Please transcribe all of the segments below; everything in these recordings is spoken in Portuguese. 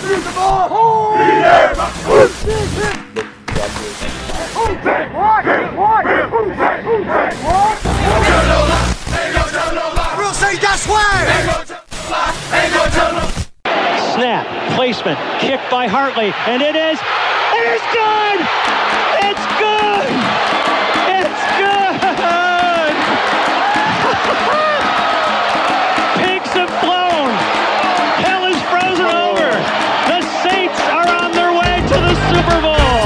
Snap, placement, kick by Hartley, and it is good! It's good! It's good! Pigs have flown! Hell is frozen over! The Saints are on their way to the Super Bowl!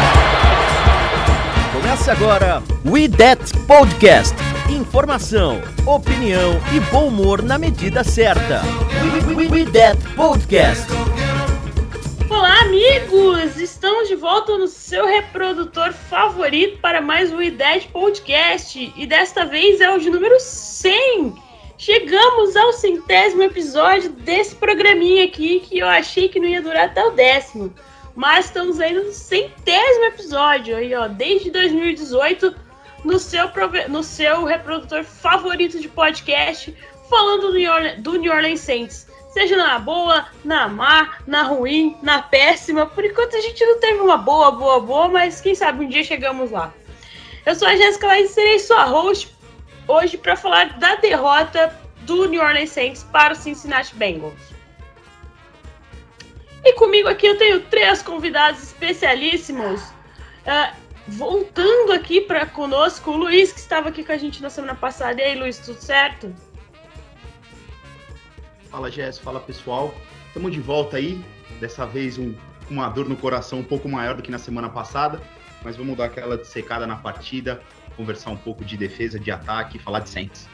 Começa agora We That Podcast. Informação, opinião e bom humor na medida certa. We That Podcast. Olá, amigos! Estamos de volta no seu reprodutor favorito para mais um We That Podcast. E desta vez é o de número 100. Chegamos ao 100º episódio desse programinha aqui, que eu achei que não ia durar até o 10º. Mas estamos aí no 100º episódio, aí, ó, desde 2018, no seu reprodutor favorito de podcast, falando do New Orleans Saints. Seja na boa, na má, na ruim, na péssima. Por enquanto a gente não teve uma boa, mas quem sabe um dia chegamos lá. Eu sou a Jéssica Laís e serei sua host hoje para falar da derrota do New Orleans Saints para o Cincinnati Bengals. E comigo aqui eu tenho 3 convidados especialíssimos. Voltando aqui conosco, o Luiz, que estava aqui com a gente na semana passada. E aí, Luiz, tudo certo? Fala, Jess, fala, pessoal. Estamos de volta aí. Dessa vez uma dor no coração um pouco maior do que na semana passada, mas vamos dar aquela dissecada na partida, conversar um pouco de defesa, de ataque e falar de Saints.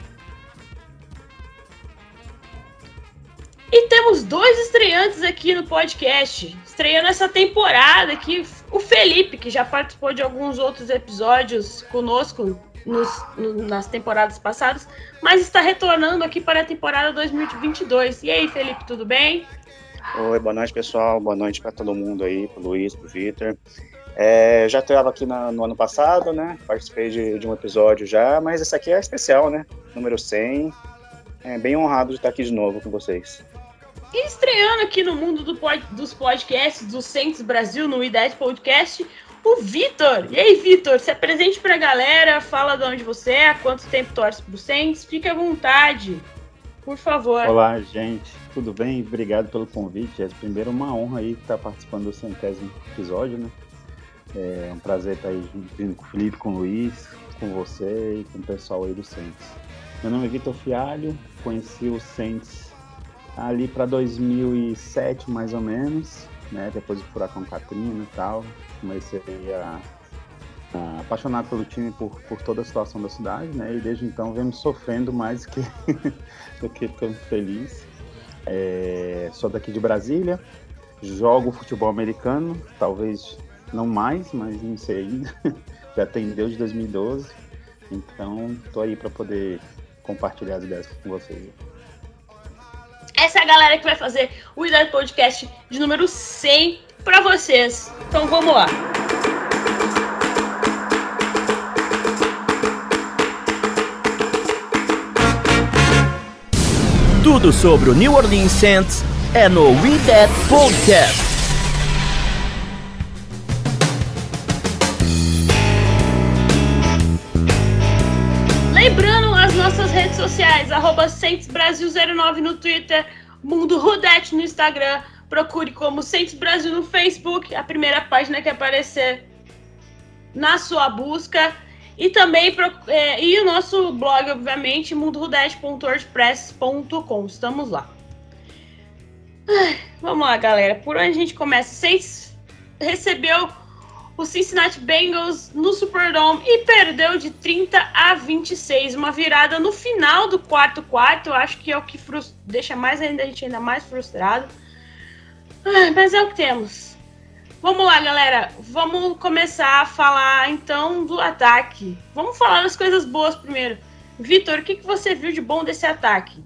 E temos 2 estreantes aqui no podcast, estreando essa temporada aqui, o Felipe, que já participou de alguns outros episódios conosco nas temporadas passadas, mas está retornando aqui para a temporada 2022. E aí, Felipe, tudo bem? Oi, boa noite, pessoal, boa noite para todo mundo aí, pro Luiz, pro Vitor. Já estava aqui no ano passado, né, participei de um episódio já, mas esse aqui é especial, né, número 100, bem honrado de estar aqui de novo com vocês. E estreando aqui no mundo dos podcasts do Saints Brasil, no IDET Podcast, o Vitor. E aí, Vitor, se apresente pra galera, fala de onde você é, há quanto tempo torce pro Saints, fique à vontade, por favor. Olá, gente, tudo bem? Obrigado pelo convite. Primeiro, uma honra aí estar participando do 100º episódio, né? É um prazer estar aí vindo com o Felipe, com o Luiz, com você e com o pessoal aí do Saints. Meu nome é Vitor Fialho, conheci o Saints ali para 2007, mais ou menos, né? Depois do Furacão Katrina e tal, comecei a apaixonar pelo time por toda a situação da cidade, né? E desde então venho sofrendo mais do que estou feliz. Sou daqui de Brasília, jogo futebol americano, talvez não mais, mas não sei ainda. Já tenho desde 2012, então estou aí para poder compartilhar as ideias com vocês. Essa é a galera que vai fazer o IDET Podcast de número 100 para vocês. Então vamos lá. Tudo sobre o New Orleans Saints é no We That Podcast. Lembrando as nossas redes sociais, @SaintsBrasil09 no Twitter, Mundo Rudete no Instagram, procure como Saints Brasil no Facebook, a primeira página que aparecer na sua busca, e também e o nosso blog, obviamente, mundorudete.wordpress.com, estamos lá. Vamos lá, galera, por onde a gente começa? Saints recebeu o Cincinnati Bengals no Superdome e perdeu de 30-26, uma virada no final do quarto, acho que é o que deixa a gente ainda mais frustrado, mas é o que temos. Vamos lá, galera, vamos começar a falar então do ataque. Vamos falar das coisas boas primeiro. Vitor, o que você viu de bom desse ataque?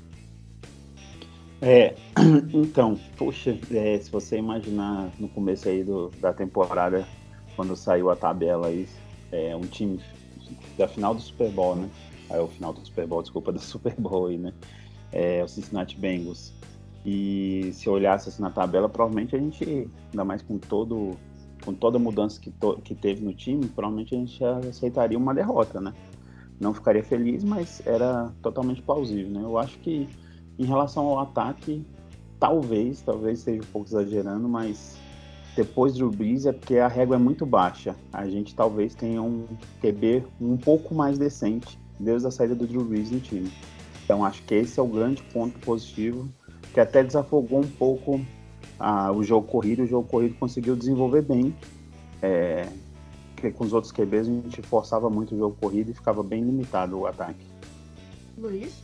Então, poxa, se você imaginar no começo aí da temporada, quando saiu a tabela aí, um time da final do Super Bowl, né? O final do Super Bowl, desculpa, do Super Bowl aí, né? O Cincinnati Bengals. E se olhasse assim na tabela, provavelmente a gente, ainda mais com toda a mudança que teve no time, provavelmente a gente já aceitaria uma derrota, né? Não ficaria feliz, mas era totalmente plausível, né? Eu acho que em relação ao ataque, talvez esteja um pouco exagerando, mas depois do Drew Brees é porque a régua é muito baixa. A gente talvez tenha um QB um pouco mais decente desde a saída do Drew Brees no time. Então acho que esse é o grande ponto positivo, que até desafogou um pouco o jogo corrido. O jogo corrido conseguiu desenvolver bem, porque com os outros QBs a gente forçava muito o jogo corrido e ficava bem limitado o ataque. Luiz?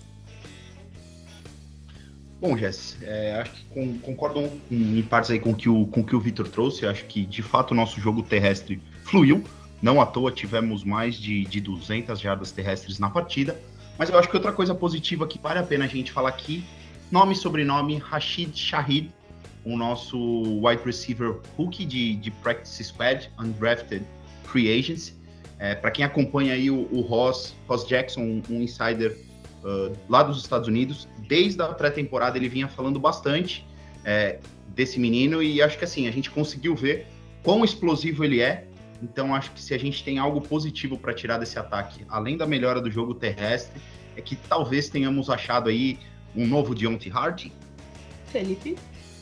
Bom, Jess, acho que concordo em partes aí com o que o Vitor trouxe. Acho que, de fato, o nosso jogo terrestre fluiu. Não à toa tivemos mais de 200 jardas terrestres na partida. Mas eu acho que outra coisa positiva que vale a pena a gente falar aqui, nome e sobrenome, Rashid Shaheed, o nosso wide receiver rookie de Practice Squad, Undrafted Free Agents. Para quem acompanha aí o Ross Jackson, um insider lá dos Estados Unidos, desde a pré-temporada ele vinha falando bastante desse menino, e acho que assim, a gente conseguiu ver quão explosivo ele é. Então acho que se a gente tem algo positivo para tirar desse ataque, além da melhora do jogo terrestre, é que talvez tenhamos achado aí um novo Deontay Hardy. Felipe?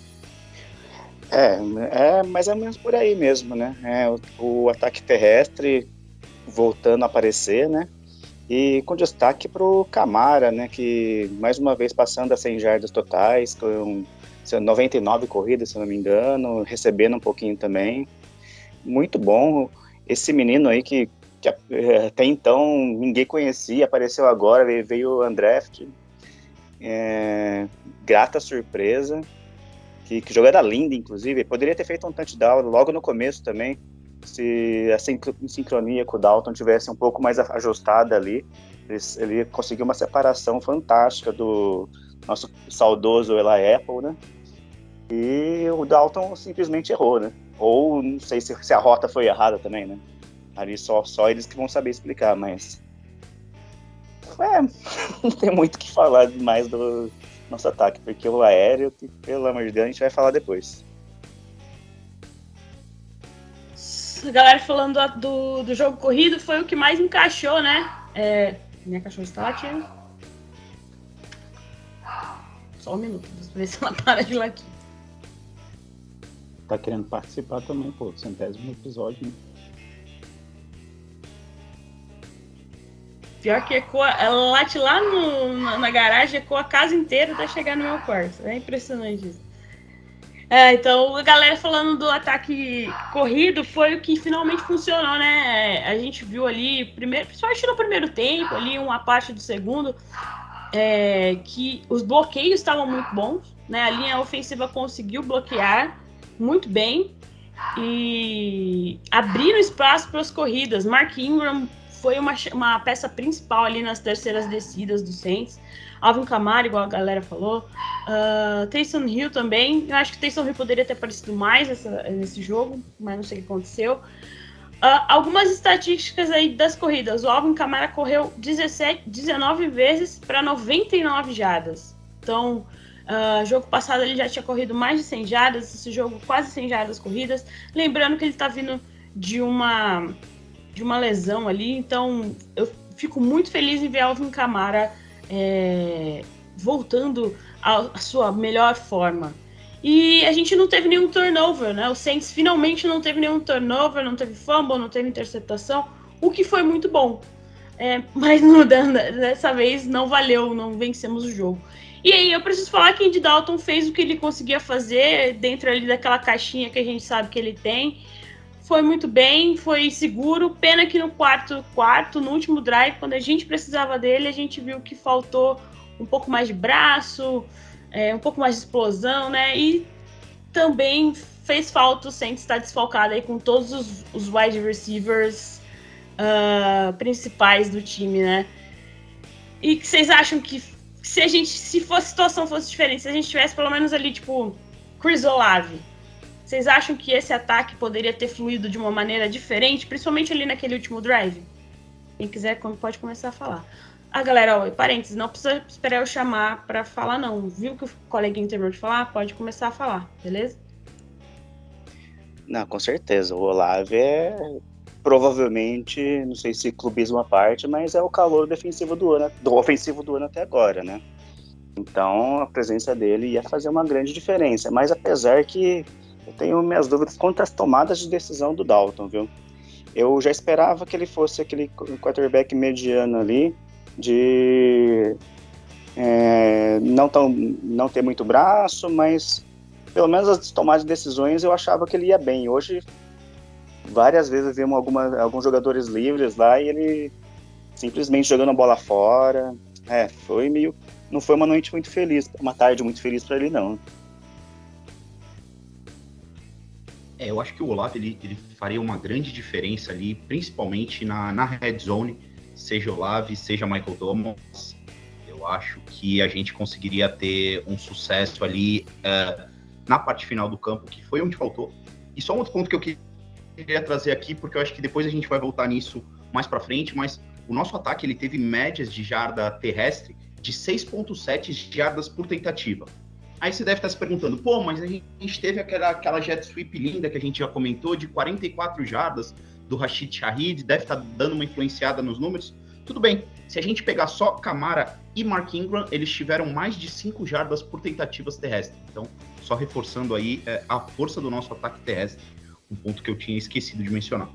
Mais ou menos por aí mesmo, né? O ataque terrestre voltando a aparecer, né? E com destaque para o Kamara, né? Que mais uma vez passando a 100 jardas totais, com 99 corridas, se não me engano, recebendo um pouquinho também. Muito bom. Esse menino aí que até então ninguém conhecia, apareceu agora, veio undrafted. Grata surpresa. Que jogada linda, inclusive. Poderia ter feito um touchdown logo no começo também, se a sincronia com o Dalton tivesse um pouco mais ajustada ali. Ele conseguiu uma separação fantástica do nosso saudoso Eli Apple, né? E o Dalton simplesmente errou, né? Ou não sei se a rota foi errada também, né? Ali só eles que vão saber explicar, mas não tem muito o que falar mais do nosso ataque, porque o aéreo, pelo amor de Deus, a gente vai falar depois. A galera falando do jogo corrido foi o que mais encaixou, né? Minha cachorra está latindo. Só um minuto, deixa eu ver se ela para de latir. Tá querendo participar também, pô, do 100º episódio, né? Pior que ecoa, ela late lá na garagem, ecoa a casa inteira até chegar no meu quarto. É impressionante isso. Então, a galera falando do ataque corrido foi o que finalmente funcionou, né? A gente viu ali, principalmente no primeiro tempo, ali uma parte do segundo, que os bloqueios estavam muito bons, né? A linha ofensiva conseguiu bloquear muito bem e abriram espaço para as corridas. Mark Ingram foi uma peça principal ali nas terceiras descidas do Saints. Alvin Kamara, igual a galera falou. Taysom Hill também. Eu acho que Taysom Hill poderia ter aparecido mais nesse jogo, mas não sei o que aconteceu. Algumas estatísticas aí das corridas. O Alvin Kamara correu 19 vezes para 99 jardas. Então, jogo passado ele já tinha corrido mais de 100 jardas. Esse jogo quase 100 jardas corridas. Lembrando que ele está vindo de uma lesão ali, então eu fico muito feliz em ver Alvin Kamara voltando à sua melhor forma. E a gente não teve nenhum turnover, né? O Saints finalmente não teve nenhum turnover, não teve fumble, não teve interceptação, o que foi muito bom. Mas dessa vez não valeu, não vencemos o jogo. E aí eu preciso falar que Andy Dalton fez o que ele conseguia fazer dentro ali daquela caixinha que a gente sabe que ele tem. Foi muito bem, foi seguro. Pena que no quarto, no último drive, quando a gente precisava dele, a gente viu que faltou um pouco mais de braço, um pouco mais de explosão, né? E também fez falta o Saints estar desfalcado aí com todos os wide receivers principais do time, né? E que vocês acham que se a situação fosse diferente, se a gente tivesse pelo menos ali, tipo, Chris Olave, vocês acham que esse ataque poderia ter fluído de uma maneira diferente, principalmente ali naquele último drive? Quem quiser pode começar a falar. galera, ó, parênteses, não precisa esperar eu chamar pra falar, não. Viu que o coleguinha terminou de falar? Pode começar a falar, beleza? Não, com certeza. O Olave é provavelmente, não sei se clubismo à parte, mas é o calor defensivo do ofensivo do ano até agora, né? Então a presença dele ia fazer uma grande diferença. Mas apesar que eu tenho minhas dúvidas quanto às tomadas de decisão do Dalton, viu? Eu já esperava que ele fosse aquele quarterback mediano ali, de não ter muito braço, mas pelo menos as tomadas de decisões eu achava que ele ia bem. Hoje, várias vezes vimos alguns jogadores livres lá e ele simplesmente jogando a bola fora. Não foi uma noite muito feliz, uma tarde muito feliz para ele, não. Eu acho que o Olave ele faria uma grande diferença ali, principalmente na red zone, seja Olave, seja Michael Thomas. Eu acho que a gente conseguiria ter um sucesso ali na parte final do campo, que foi onde faltou. E só um outro ponto que eu queria trazer aqui, porque eu acho que depois a gente vai voltar nisso mais para frente, mas o nosso ataque ele teve médias de jarda terrestre de 6,7 jardas por tentativa. Aí você deve estar se perguntando, mas a gente teve aquela jet sweep linda que a gente já comentou, de 44 jardas do Rashid Shaheed, deve estar dando uma influenciada nos números. Tudo bem, se a gente pegar só Kamara e Mark Ingram, eles tiveram mais de 5 jardas por tentativas terrestres. Então, só reforçando aí a força do nosso ataque terrestre, um ponto que eu tinha esquecido de mencionar.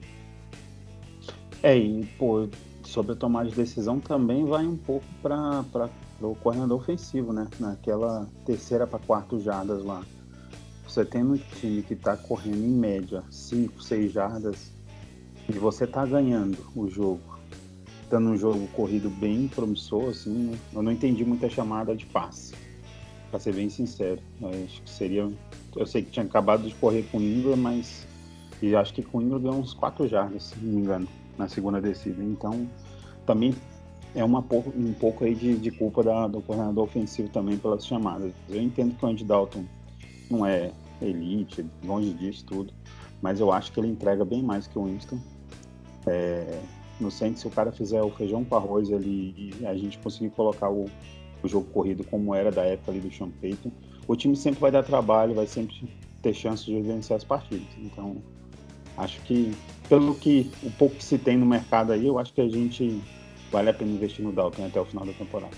Sobre a tomada de decisão também vai um pouco para o coordenador ofensivo, né? Naquela 3ª para 4ª jardas lá. Você tem um time que está correndo em média 5, 6 jardas e você está ganhando o jogo, dando um jogo corrido bem promissor, assim, né? Eu não entendi muita chamada de passe, para ser bem sincero. Acho que eu sei que tinha acabado de correr com o Ingram, mas e acho que com o Ingram ganhou uns 4 jardas, se não me engano, na segunda descida. Então, também é um pouco aí de culpa do coordenador ofensivo também pelas chamadas. Eu entendo que o Andy Dalton não é elite, longe disso tudo, mas eu acho que ele entrega bem mais que o Winston. No centro, se o cara fizer o feijão com arroz ali e a gente conseguir colocar o jogo corrido como era da época ali do Sean Payton, o time sempre vai dar trabalho, vai sempre ter chance de vencer as partidas. Então, acho que, pelo que o pouco que se tem no mercado aí, eu acho que a gente vale a pena investir no Dalton até o final da temporada.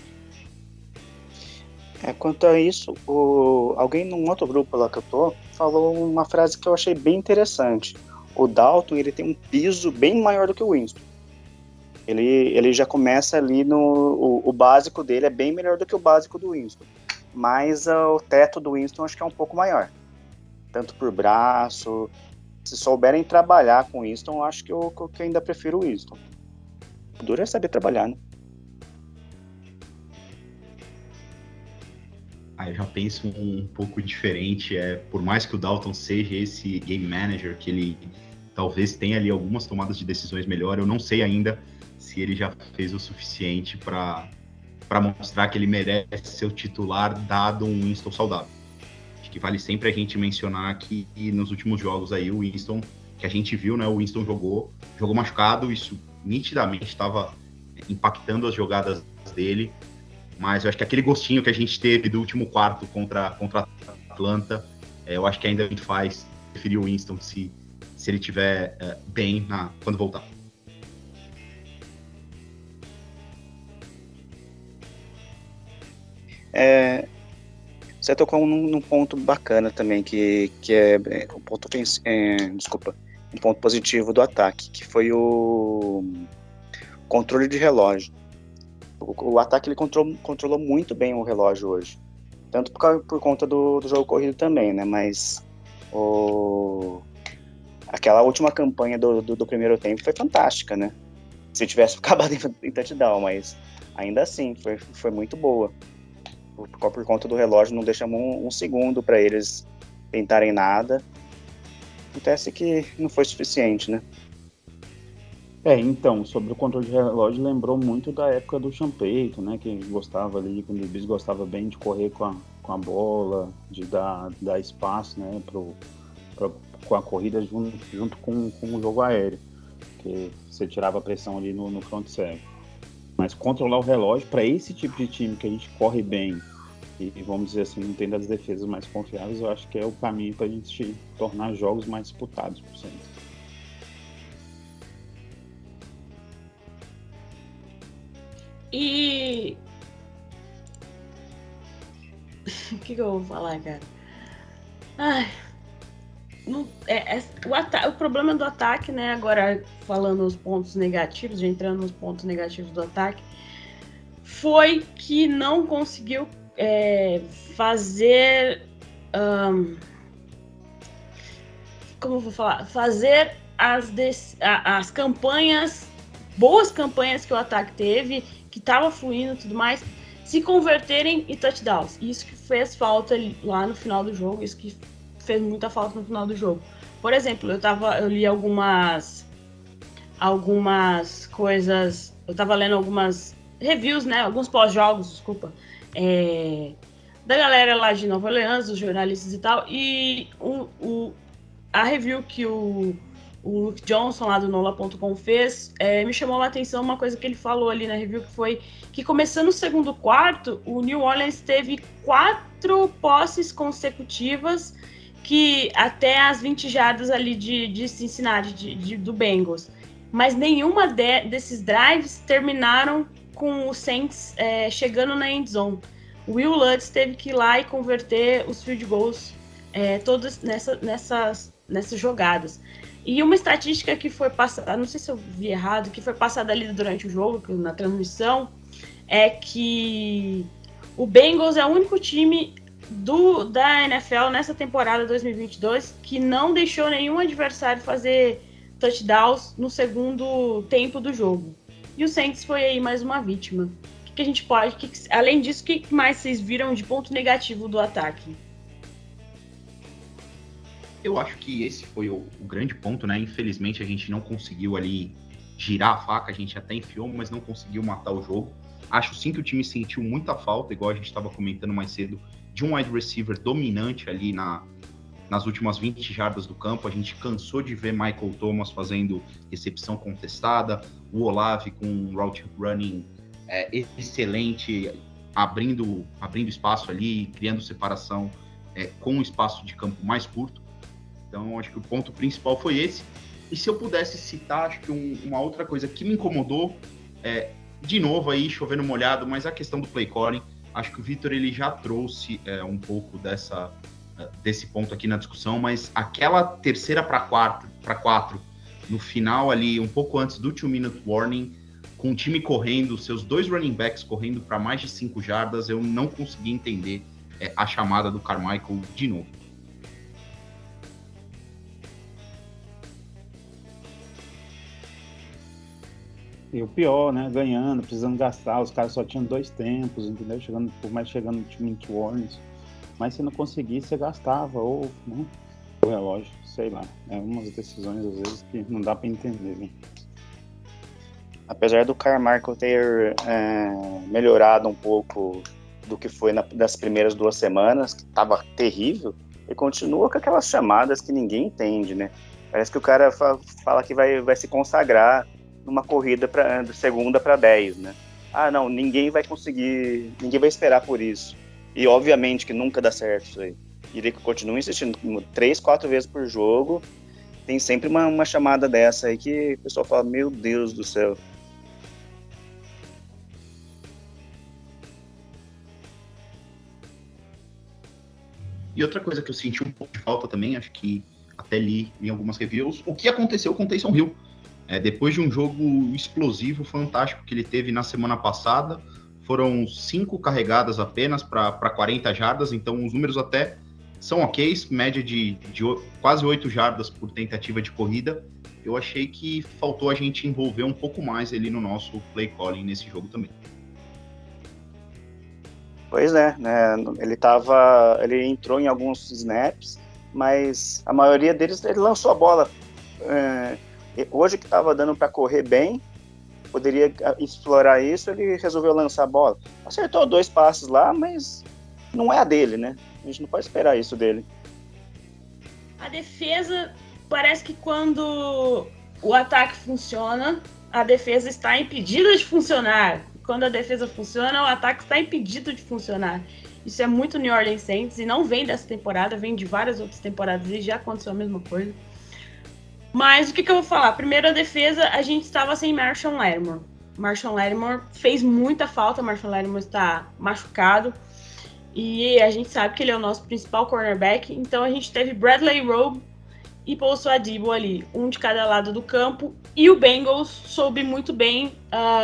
Quanto a isso, alguém num outro grupo lá que eu tô falou uma frase que eu achei bem interessante. O Dalton, ele tem um piso bem maior do que o Winston. Ele já começa ali o básico dele é bem melhor do que o básico do Winston. Mas o teto do Winston acho que é um pouco maior. Tanto por braço. Se souberem trabalhar com o Winston, eu acho que eu ainda prefiro o Winston. O duro é saber trabalhar, né? Eu já penso um pouco diferente. Por mais que o Dalton seja esse game manager, que ele talvez tenha ali algumas tomadas de decisões melhor, eu não sei ainda se ele já fez o suficiente para mostrar que ele merece ser o titular, dado um Winston saudável. Acho que vale sempre a gente mencionar que nos últimos jogos aí o Winston, que a gente viu, né, o Winston jogou machucado, isso nitidamente estava impactando as jogadas dele, mas eu acho que aquele gostinho que a gente teve do último quarto contra a Atlanta, eu acho que ainda me faz preferir o Winston se ele estiver bem quando voltar. Você tocou num ponto bacana também, que é um ponto positivo do ataque, que foi o controle de relógio. O ataque ele controlou muito bem o relógio hoje, tanto por conta do jogo corrido também, né? Mas aquela última campanha do primeiro tempo foi fantástica, né? Se tivesse acabado em touchdown, mas ainda assim foi muito boa. Por conta do relógio, não deixamos um segundo para eles tentarem nada. Acontece que não foi suficiente, né? Então, sobre o controle de relógio, lembrou muito da época do Sean Payton, né? Que gostava ali, quando o Biss gostava bem de correr com a bola, de dar espaço, né? Com a corrida junto com o jogo aéreo, que você tirava a pressão ali no front seven. Mas controlar o relógio para esse tipo de time que a gente corre bem e vamos dizer assim, não tem das defesas mais confiáveis, eu acho que é o caminho para a gente tornar jogos mais disputados por Saints. E o que eu vou falar, cara? Ai, não, o problema do ataque, né? Agora falando os pontos negativos, já entrando nos pontos negativos do ataque, foi que não conseguiu fazer, como eu vou falar, fazer as campanhas, boas campanhas que o ataque teve, que estava fluindo e tudo mais, se converterem em touchdowns. Isso que fez falta lá no final do jogo, isso que fez muita falta no final do jogo. Por exemplo, eu li algumas coisas, eu tava lendo algumas reviews, né, alguns pós-jogos, desculpa, da galera lá de Nova Orleans, dos jornalistas e tal, e a review que o Luke Johnson lá do NOLA.com fez, me chamou a atenção uma coisa que ele falou ali na review, que foi que começando o segundo quarto, o New Orleans teve 4 posses consecutivas que até as 20 jardas ali de Cincinnati, do Bengals. Mas nenhuma desses drives terminaram com o Saints chegando na end zone. O Will Lutz teve que ir lá e converter os field goals todas nessas jogadas. E uma estatística que foi passada, não sei se eu vi errado, que foi passada ali durante o jogo, na transmissão, é que o Bengals é o único time da NFL nessa temporada 2022 que não deixou nenhum adversário fazer touchdowns no segundo tempo do jogo. E o Saints foi aí mais uma vítima. O que a gente pode... além disso, o que mais vocês viram de ponto negativo do ataque? Eu acho que esse foi o grande ponto, né? Infelizmente a gente não conseguiu ali girar a faca, a gente até enfiou, mas não conseguiu matar o jogo. Acho sim que o time sentiu muita falta, igual a gente estava comentando mais cedo, de um wide receiver dominante ali nas últimas 20 jardas do campo. A gente cansou de ver Michael Thomas fazendo recepção contestada, o Olave com um route running excelente, abrindo espaço ali, criando separação com um espaço de campo mais curto. Então, acho que o ponto principal foi esse. E se eu pudesse citar, acho que uma outra coisa que me incomodou, de novo aí, chovendo molhado, mas a questão do play calling, acho que o Vitor ele já trouxe um pouco desse ponto aqui na discussão, mas aquela terceira para 4, no final ali, um pouco antes do 2-minute warning, com o time correndo, seus 2 running backs correndo para mais de 5 jardas, eu não consegui entender a chamada do Carmichael de novo. E o pior, né? Ganhando, precisando gastar. Os caras só tinham 2 tempos, entendeu? Por mais chegando no time de warnings. Mas se não conseguisse, você gastava. Ou o relógio, sei lá. É umas decisões, às vezes, que não dá pra entender, né? Apesar do Carmichael ter melhorado um pouco do que foi das primeiras 2 semanas, que tava terrível, ele continua com aquelas chamadas que ninguém entende, né? Parece que o cara fala que vai se consagrar numa corrida de segunda para 10, né? Ah, não, ninguém vai conseguir, ninguém vai esperar por isso. E obviamente que nunca dá certo isso aí. E ele continua insistindo 3, 4 vezes por jogo, tem sempre uma chamada dessa aí que o pessoal fala, meu Deus do céu. E outra coisa que eu senti um pouco de falta também, acho que até li em algumas reviews, o que aconteceu com o Taysom Hill. Depois de um jogo explosivo, fantástico que ele teve na semana passada, foram 5 carregadas apenas para 40 jardas, então os números até são ok, média de quase 8 jardas por tentativa de corrida. Eu achei que faltou a gente envolver um pouco mais ele no nosso play calling nesse jogo também. Pois né? Ele entrou em alguns snaps, mas a maioria deles ele lançou a bola. Hoje que estava dando para correr bem, poderia explorar isso, ele resolveu lançar a bola. Acertou 2 passes lá, mas não é a dele, né? A gente não pode esperar isso dele. A defesa, parece que quando o ataque funciona, a defesa está impedida de funcionar. quando a defesa funciona, o ataque está impedido de funcionar. Isso é muito New Orleans Saints e não vem dessa temporada, vem de várias outras temporadas e já aconteceu a mesma coisa. Mas o que eu vou falar? Primeiro, a defesa, a gente estava sem Marshon Lattimore. Marshon Lattimore fez muita falta, Marshon Lattimore está machucado e a gente sabe que ele é o nosso principal cornerback, então a gente teve Bradley Roby e Paulson Adebo ali, um de cada lado do campo, e o Bengals soube muito bem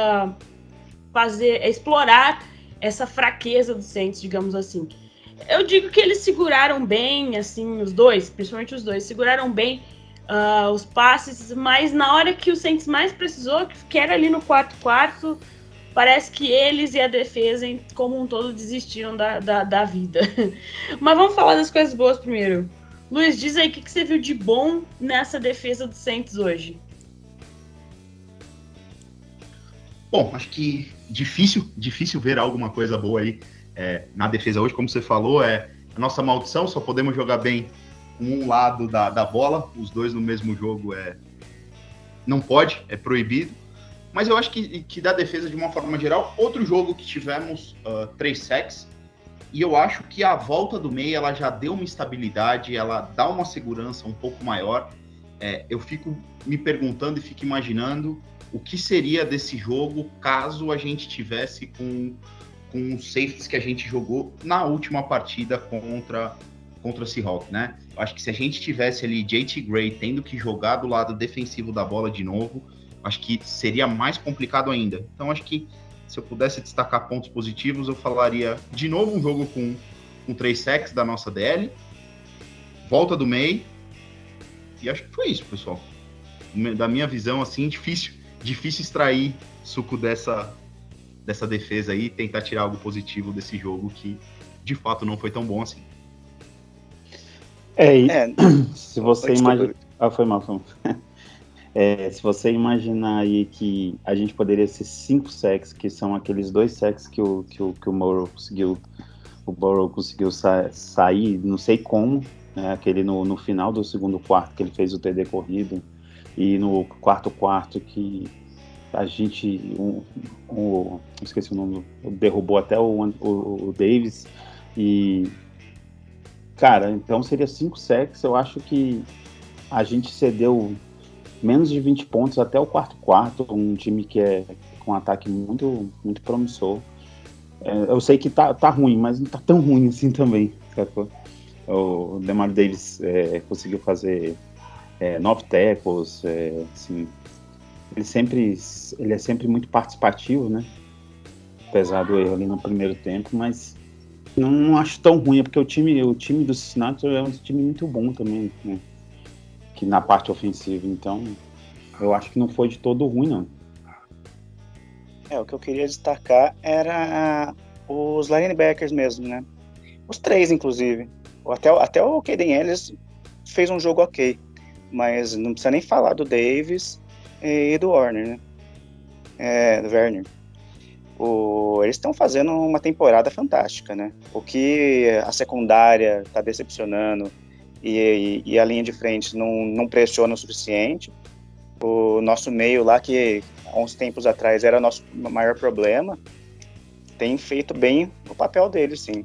explorar essa fraqueza do Saints, digamos assim. Eu digo que eles seguraram bem, assim, os dois, principalmente os dois, seguraram bem os passes, mas na hora que o Saints mais precisou, que era ali no quarto, parece que eles e a defesa como um todo desistiram da vida. Mas vamos falar das coisas boas primeiro. Luiz, diz aí o que você viu de bom nessa defesa do Saints hoje. Bom, acho que difícil ver alguma coisa boa aí na defesa hoje. Como você falou, é a nossa maldição, só podemos jogar bem com um lado da bola, os dois no mesmo jogo não pode, é proibido. Mas eu acho que da defesa, de uma forma geral, outro jogo que tivemos 3 sacks, e eu acho que a volta do meio ela já deu uma estabilidade, ela dá uma segurança um pouco maior. Eu fico me perguntando e fico imaginando o que seria desse jogo caso a gente tivesse com os safeties que a gente jogou na última partida contra o Seahawks, né? Eu acho que se a gente tivesse ali JT Gray tendo que jogar do lado defensivo da bola de novo, acho que seria mais complicado ainda. Então acho que se eu pudesse destacar pontos positivos, eu falaria de novo um jogo com 3 sacks da nossa DL, volta do meio, e acho que foi isso, pessoal. Da minha visão, assim, difícil extrair suco dessa defesa aí e tentar tirar algo positivo desse jogo que de fato não foi tão bom assim. Se você imaginar... Foi mal. Se você imaginar aí que a gente poderia ser 5 sacks, que são aqueles 2 sacks que o Burrow conseguiu sair, não sei como, né, aquele no final do segundo quarto que ele fez o TD corrido, e no quarto que a gente, esqueci o nome, derrubou até o Davis, e cara, então seria 5 sacks. Eu acho que a gente cedeu menos de 20 pontos até o quarto, um time que é com um ataque muito, muito promissor. Eu sei que tá ruim, mas não tá tão ruim assim também, sacou? O Demario Davis conseguiu fazer 9 tackles, assim, ele é sempre muito participativo, né? Apesar do erro ali no primeiro tempo, mas não acho tão ruim, porque o time do Cincinnati é um time muito bom também, né? Que na parte ofensiva, então eu acho que não foi de todo ruim, não. O que eu queria destacar era os linebackers mesmo, né? Os 3, inclusive. Até o Kaden Ellis fez um jogo ok, mas não precisa nem falar do Davis e do Warner, né? Do Werner. Eles estão fazendo uma temporada fantástica, né? O que a secundária está decepcionando e a linha de frente não pressiona o suficiente. O nosso meio lá, que há uns tempos atrás era nosso maior problema, tem feito bem o papel dele, sim.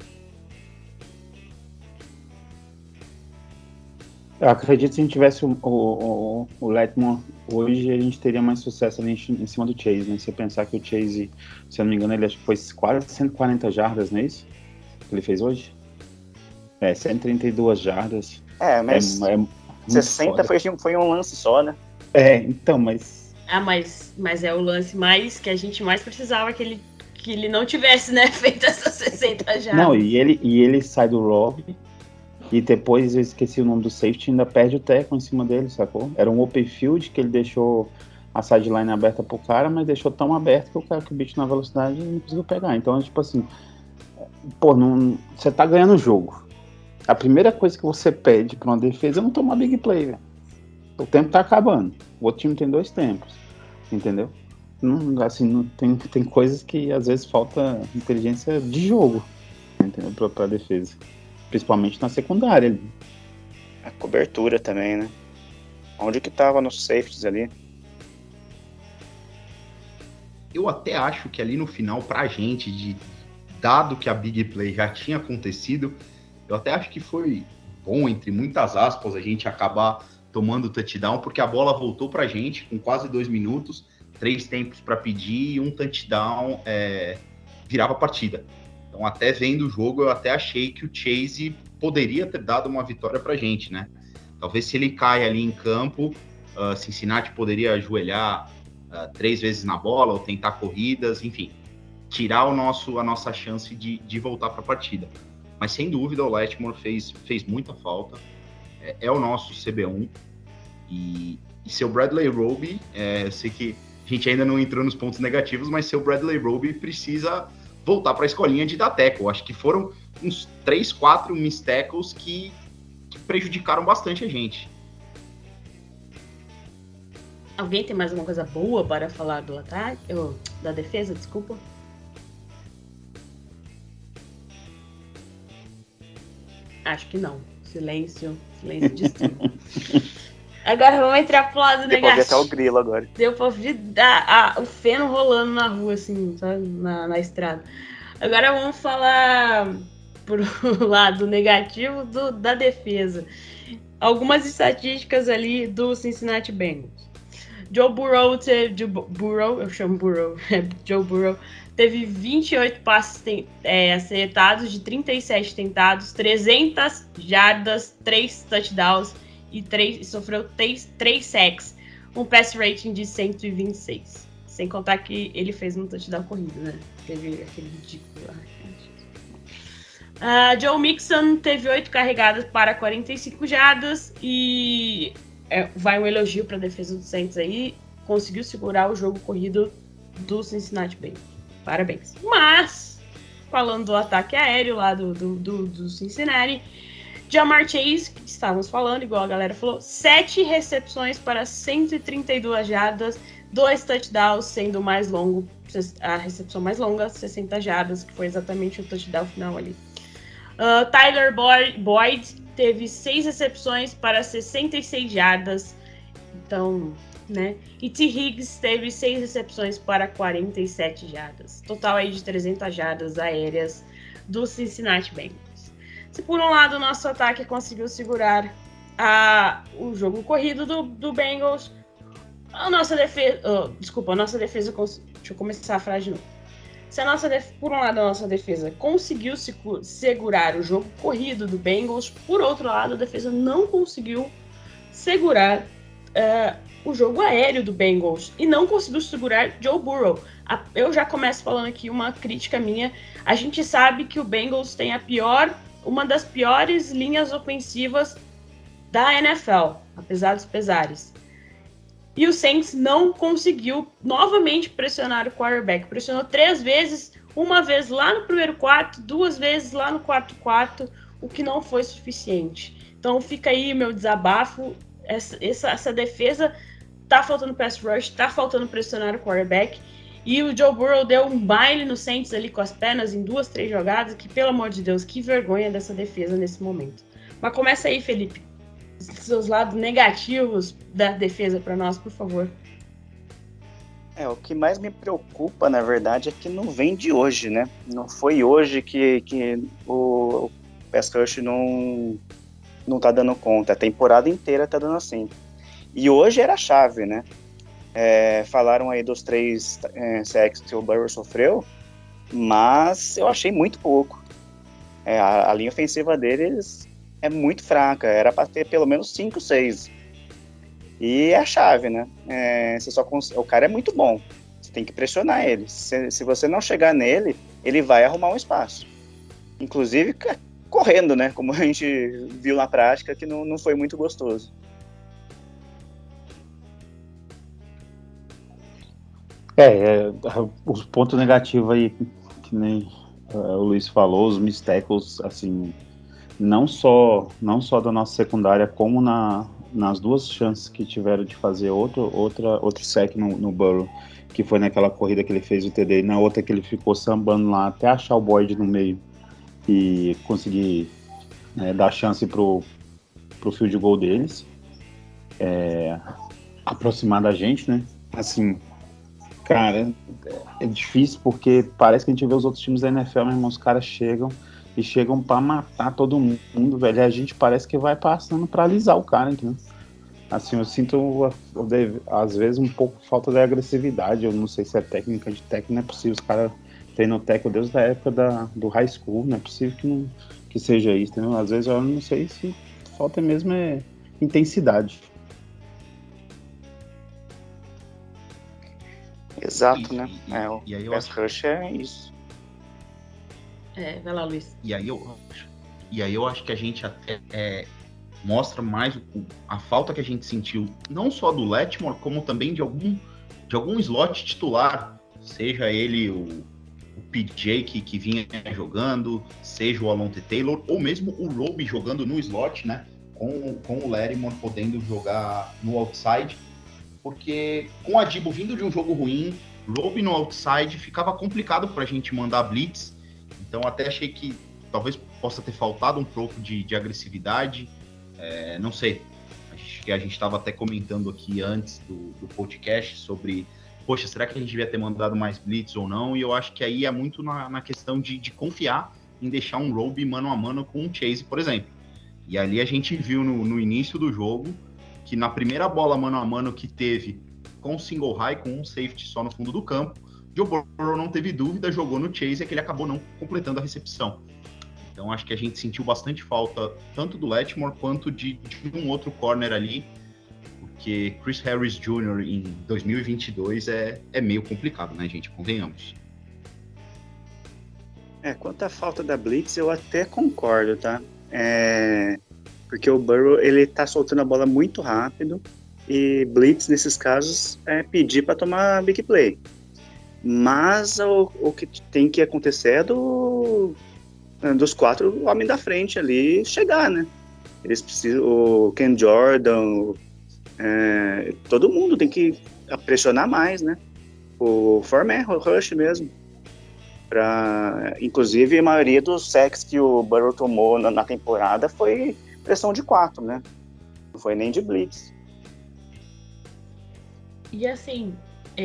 Eu acredito que se a gente tivesse o Lattimore hoje, a gente teria mais sucesso ali em cima do Chase, né? Se você pensar que o Chase, se eu não me engano, ele acho que foi quase 140 jardas, não é isso? Que ele fez hoje? 132 jardas. Mas 60 foi um lance só, né? Então, mas... Mas é o lance que a gente mais precisava que ele não tivesse, né, feito essas 60 jardas. Não, e ele sai do Rob, e depois eu esqueci o nome do safety, ainda perde o tackle em cima dele, sacou? Era um open field que ele deixou a sideline aberta pro cara, mas deixou tão aberto que o bicho na velocidade não conseguiu pegar. Então, tipo assim, você tá ganhando o jogo. A primeira coisa que você pede pra uma defesa é não tomar big play, velho. O tempo tá acabando. O outro time tem 2 tempos, entendeu? Não tem coisas que às vezes falta inteligência de jogo, entendeu? Pra defesa. Principalmente na secundária. A cobertura também, né? Onde que tava nos safeties ali? eu até acho que ali no final, pra gente, dado que a big play já tinha acontecido, eu até acho que foi bom, entre muitas aspas, a gente acabar tomando o touchdown, porque a bola voltou pra gente com quase 2 minutos, 3 tempos para pedir e um touchdown virava a partida. Então, até vendo o jogo, eu até achei que o Chase poderia ter dado uma vitória pra gente, né? Talvez se ele cai ali em campo, Cincinnati poderia ajoelhar 3 vezes na bola ou tentar corridas, enfim, tirar a nossa chance de voltar para a partida. Mas sem dúvida o Lattimore fez muita falta, é o nosso CB1, e seu Bradley Roby, eu sei que a gente ainda não entrou nos pontos negativos, mas seu Bradley Roby precisa voltar para a escolinha de dar tackle. Acho que foram uns 3, 4 miss tackles que prejudicaram bastante a gente. Alguém tem mais alguma coisa boa para falar do ataque? Da defesa, desculpa. Acho que não. Silêncio de Agora vamos entrar pro lado negativo. Deu pra ver até o grilo agora. Deu pra ouvir o feno rolando na rua, assim, sabe? Na estrada. Agora vamos falar pro lado negativo da defesa. Algumas estatísticas ali do Cincinnati Bengals. Joe Burrow teve 28 passes acertados de 37 tentados, 300 jardas, 3 touchdowns e sofreu 3 sacks, um pass rating de 126. Sem contar que ele fez um touchdown corrido, né? Teve aquele ridículo lá. Joe Mixon teve 8 carregadas para 45 jardas e vai um elogio para a defesa do Saints aí. Conseguiu segurar o jogo corrido do Cincinnati Bengals. Parabéns. Mas, falando do ataque aéreo lá do Cincinnati, Ja'Marr Chase, que estávamos falando, igual a galera falou, 7 recepções para 132 jardas, 2 touchdowns, sendo o mais longo, a recepção mais longa, 60 jardas, que foi exatamente o touchdown final ali. Tyler Boyd teve 6 recepções para 66 jardas, então, né? E T. Higgins teve 6 recepções para 47 jardas. Total aí de 300 jardas aéreas do Cincinnati Bengals. Se por um lado o nosso ataque conseguiu segurar o jogo corrido do Bengals, a nossa defesa... a nossa defesa... Deixa eu começar a frase de novo. Se por um lado a nossa defesa conseguiu segurar o jogo corrido do Bengals, por outro lado a defesa não conseguiu segurar o jogo aéreo do Bengals e não conseguiu segurar Joe Burrow. Eu já começo falando aqui uma crítica minha. A gente sabe que o Bengals tem uma das piores linhas ofensivas da NFL, apesar dos pesares. E o Saints não conseguiu novamente pressionar o quarterback. Pressionou 3 vezes, uma vez lá no primeiro quarto, 2 vezes lá no quarto quarto, o que não foi suficiente. Então fica aí meu desabafo. Essa defesa tá faltando pass rush, tá faltando pressionar o quarterback. E o Joe Burrow deu um baile no Saints ali com as pernas em 2, 3 jogadas, que pelo amor de Deus, que vergonha dessa defesa nesse momento. Mas começa aí, Felipe. Seus lados negativos da defesa para nós, por favor. O que mais me preocupa, na verdade, é que não vem de hoje, né? Não foi hoje que o pass rush não tá dando conta. A temporada inteira tá dando assim. E hoje era a chave, né? Falaram aí dos 3 sacks que o Burrow sofreu, mas eu achei muito pouco. A linha ofensiva deles é muito fraca, era para ter pelo menos 5, 6. E é a chave, né? O cara é muito bom, você tem que pressionar ele. Se você não chegar nele, ele vai arrumar um espaço. Inclusive correndo, né? Como a gente viu na prática, que não foi muito gostoso. Os pontos negativos aí, que nem o Luiz falou, os miss tackles, assim, não só da nossa secundária, como nas 2 chances que tiveram de fazer outro sack no Burrow, que foi naquela corrida que ele fez o TD, e na outra que ele ficou sambando lá até achar o Boyd no meio e conseguir dar chance pro field goal deles, aproximar da gente, né? Assim, Cara, é difícil porque parece que a gente vê os outros times da NFL, meu irmão, os caras chegam pra matar todo mundo, velho. E a gente parece que vai passando pra alisar o cara, entendeu? Assim, eu sinto, às vezes, um pouco falta de agressividade. Eu não sei se é técnica de técnico, não é possível. Os caras treinam técnico desde a época do high school, não é possível que seja isso, entendeu? Às vezes eu não sei se falta mesmo intensidade. Exato, né? E aí o pass rush é isso. Vai lá, Luiz. E aí eu acho que a gente até mostra mais a falta que a gente sentiu, não só do Lattimore, como também de algum slot titular, seja ele o PJ que vinha jogando, seja o Alonte Taylor, ou mesmo o Roby jogando no slot, né? Com o Lattimore podendo jogar no outside, porque com a Deebo vindo de um jogo ruim, Roby no outside ficava complicado para a gente mandar blitz. Então até achei que talvez possa ter faltado um pouco de agressividade. Não sei. Acho que a gente estava até comentando aqui antes do podcast sobre, poxa, será que a gente devia ter mandado mais blitz ou não? E eu acho que aí é muito na questão de confiar em deixar um Roby mano a mano com um Chase, por exemplo. E ali a gente viu no início do jogo que na primeira bola mano a mano que teve com o single high, com um safety só no fundo do campo, Joe Burrow não teve dúvida, jogou no Chase e que ele acabou não completando a recepção. Então acho que a gente sentiu bastante falta tanto do Lattimore quanto de um outro corner ali, porque Chris Harris Jr. em 2022 é meio complicado, né, gente? Convenhamos. Quanto à falta da blitz, eu até concordo, tá? Porque o Burrow, ele tá soltando a bola muito rápido e blitz, nesses casos, é pedir para tomar big play. Mas o que tem que acontecer é dos 4 homens da frente ali chegar, né? Eles precisam, o Ken Jordan, todo mundo tem que pressionar mais, né? O Foreman, o Rush mesmo. Inclusive, a maioria dos sacks que o Burrow tomou na temporada foi pressão de 4, né? Não foi nem de blitz. E assim,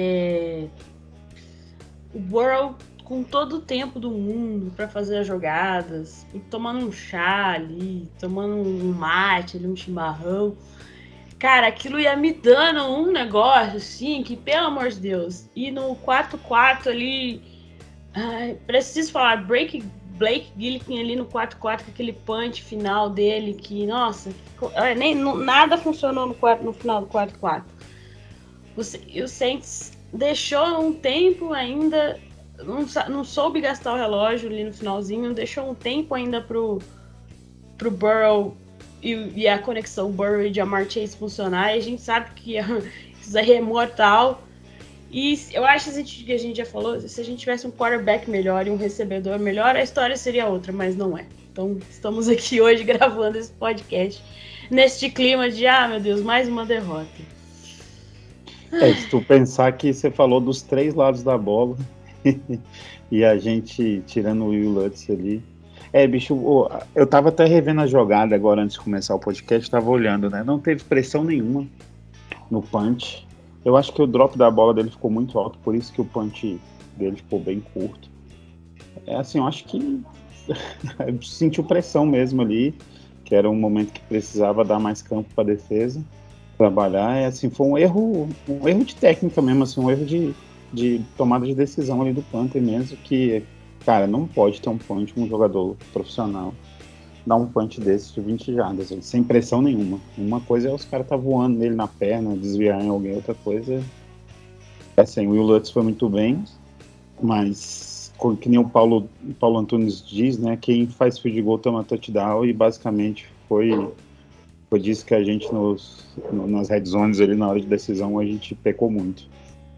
o Burrow, com todo o tempo do mundo para fazer as jogadas, tomando um chá ali, tomando um mate ali, um chimarrão, cara, aquilo ia me dando um negócio assim, que pelo amor de Deus. E no 4-4 ali, preciso falar, Blake Gillikin ali no 4-4, com aquele punch final dele, que, nossa, nada funcionou no final do 4-4. E o Saints deixou um tempo ainda, não soube gastar o relógio ali no finalzinho, deixou um tempo ainda pro Burrow e a conexão Burrow e Ja'Marr Chase funcionar, e a gente sabe que isso aí é mortal. E eu acho que a gente já falou, se a gente tivesse um quarterback melhor e um recebedor melhor, a história seria outra, mas não é. Então estamos aqui hoje gravando esse podcast neste clima de, meu Deus, mais uma derrota. Se tu pensar que você falou dos 3 lados da bola e a gente tirando o Will Lutz ali. Bicho, eu tava até revendo a jogada agora antes de começar o podcast, tava olhando, né? Não teve pressão nenhuma no punch. Eu acho que o drop da bola dele ficou muito alto, por isso que o punch dele ficou bem curto. Assim, eu acho que sentiu pressão mesmo ali, que era um momento que precisava dar mais campo para defesa, trabalhar. Assim, foi um erro de técnica mesmo, assim, um erro de tomada de decisão ali do Panther mesmo, que, cara, não pode ter um punch, um jogador profissional dar um punch desse de 20 jardas, sem pressão nenhuma. Uma coisa é os caras tá voando nele na perna, desviar em alguém, outra coisa assim, o Will Lutz foi muito bem, mas que nem o Paulo Antunes diz, né, quem faz field goal toma touchdown, e basicamente foi disso que a gente nas red zones ali na hora de decisão a gente pecou muito.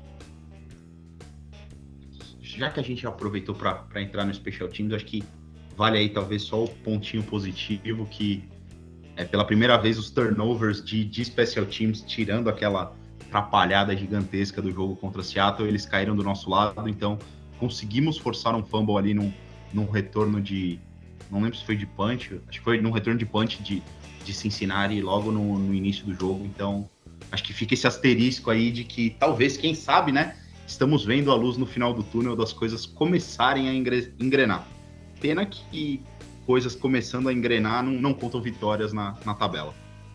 Já que a gente aproveitou para entrar no Special Teams, acho que vale aí talvez só o pontinho positivo, que pela primeira vez os turnovers de Special Teams, tirando aquela atrapalhada gigantesca do jogo contra Seattle, eles caíram do nosso lado, então conseguimos forçar um fumble ali num retorno não lembro se foi de punch, acho que foi num retorno de punch de Cincinnati logo no início do jogo, então acho que fica esse asterisco aí de que talvez, quem sabe, né, estamos vendo a luz no final do túnel das coisas começarem a engrenar. Pena que coisas começando a engrenar não contam vitórias na tabela.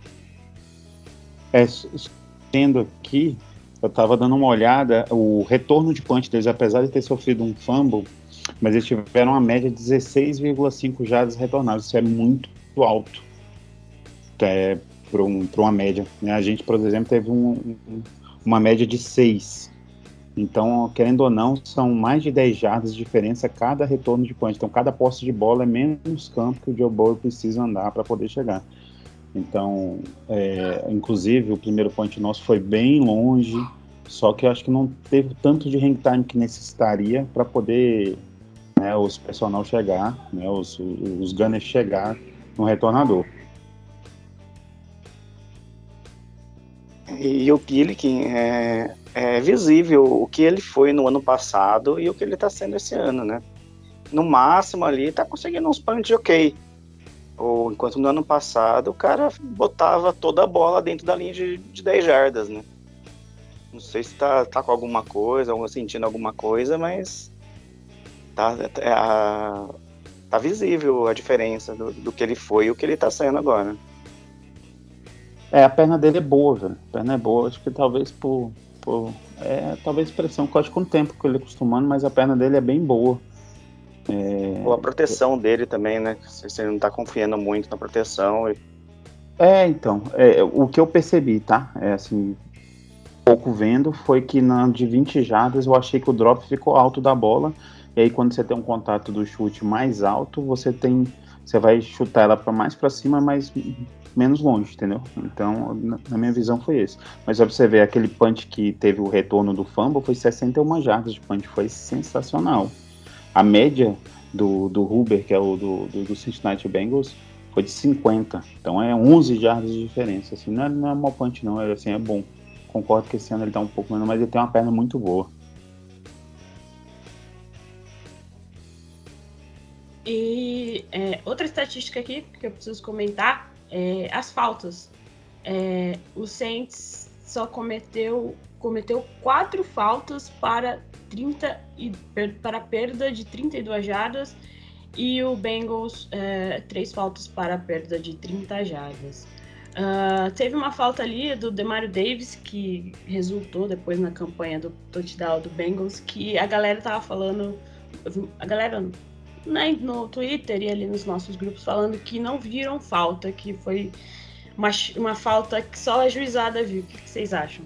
Tendo aqui, eu estava dando uma olhada, o retorno de punch deles, apesar de ter sofrido um fumble, mas eles tiveram uma média de 16,5 jardas retornadas. Isso é muito alto para uma média, né? A gente, por exemplo, teve uma média de 6. Então, querendo ou não, são mais de 10 jardas de diferença cada retorno de punch. Então, cada posse de bola é menos campo que o Joe Burrow precisa andar para poder chegar. Então, inclusive, o primeiro punch nosso foi bem longe, só que eu acho que não teve tanto de hang time que necessitaria para poder, né, os personal chegar, né, os gunners chegar no retornador. E o Gillikin é visível o que ele foi no ano passado e o que ele está sendo esse ano, né? No máximo ali está conseguindo uns punch ok. Ou enquanto no ano passado o cara botava toda a bola dentro da linha de 10 jardas, né? Não sei se tá com alguma coisa, ou sentindo alguma coisa, mas tá visível a diferença do que ele foi e o que ele tá sendo agora. A perna dele é boa, velho. A perna é boa, acho que talvez talvez pressão, que eu acho que com o tempo que ele acostumando, mas a perna dele é bem boa. Ou a proteção dele também, né? Você não tá confiando muito na proteção. Então, o que eu percebi, tá? Assim, pouco vendo, foi que na de 20 jardas eu achei que o drop ficou alto da bola, e aí quando você tem um contato do chute mais alto, você vai chutar ela mais para cima, mas menos longe, entendeu? Então, na minha visão foi esse. Mas pra você ver, aquele punch que teve o retorno do fumble foi 61 jardas de punch, foi sensacional. A média do Huber, que é o do Cincinnati Bengals, foi de 50. Então é 11 jardas de diferença. Assim, não é mal punch, não. É bom. Concordo que esse ano ele tá um pouco menos, mas ele tem uma perna muito boa. E outra estatística aqui que eu preciso comentar é as faltas. O Saints só cometeu 4 faltas para perda de 32 jardas e o Bengals 3 faltas para perda de 30 jardas. Teve uma falta ali do Demario Davis que resultou depois na campanha do touchdown do Bengals, que a galera tava falando, no Twitter e ali nos nossos grupos falando que não viram falta, que foi uma falta que só a juizada viu. O que vocês acham?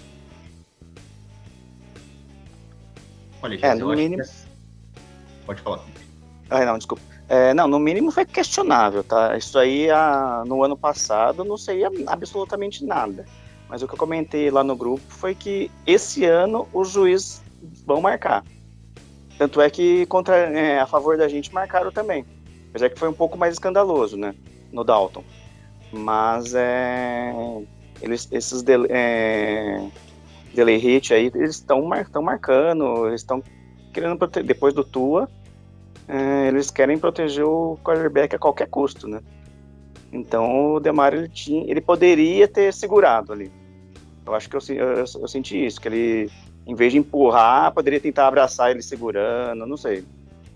Olha, gente, no mínimo... Pode falar. Não, desculpa. No mínimo foi questionável, tá? Isso aí, no ano passado, não seria absolutamente nada. Mas o que eu comentei lá no grupo foi que esse ano os juízes vão marcar. Tanto é que a favor da gente marcaram também. Apesar que foi um pouco mais escandaloso, né? No Dalton. Mas esses delay hit aí, eles estão marcando, eles estão querendo proteger, depois do Tua, eles querem proteger o quarterback a qualquer custo, né? Então o Demario ele poderia ter segurado ali. Eu acho que eu senti isso, que ele, em vez de empurrar, poderia tentar abraçar ele segurando, não sei.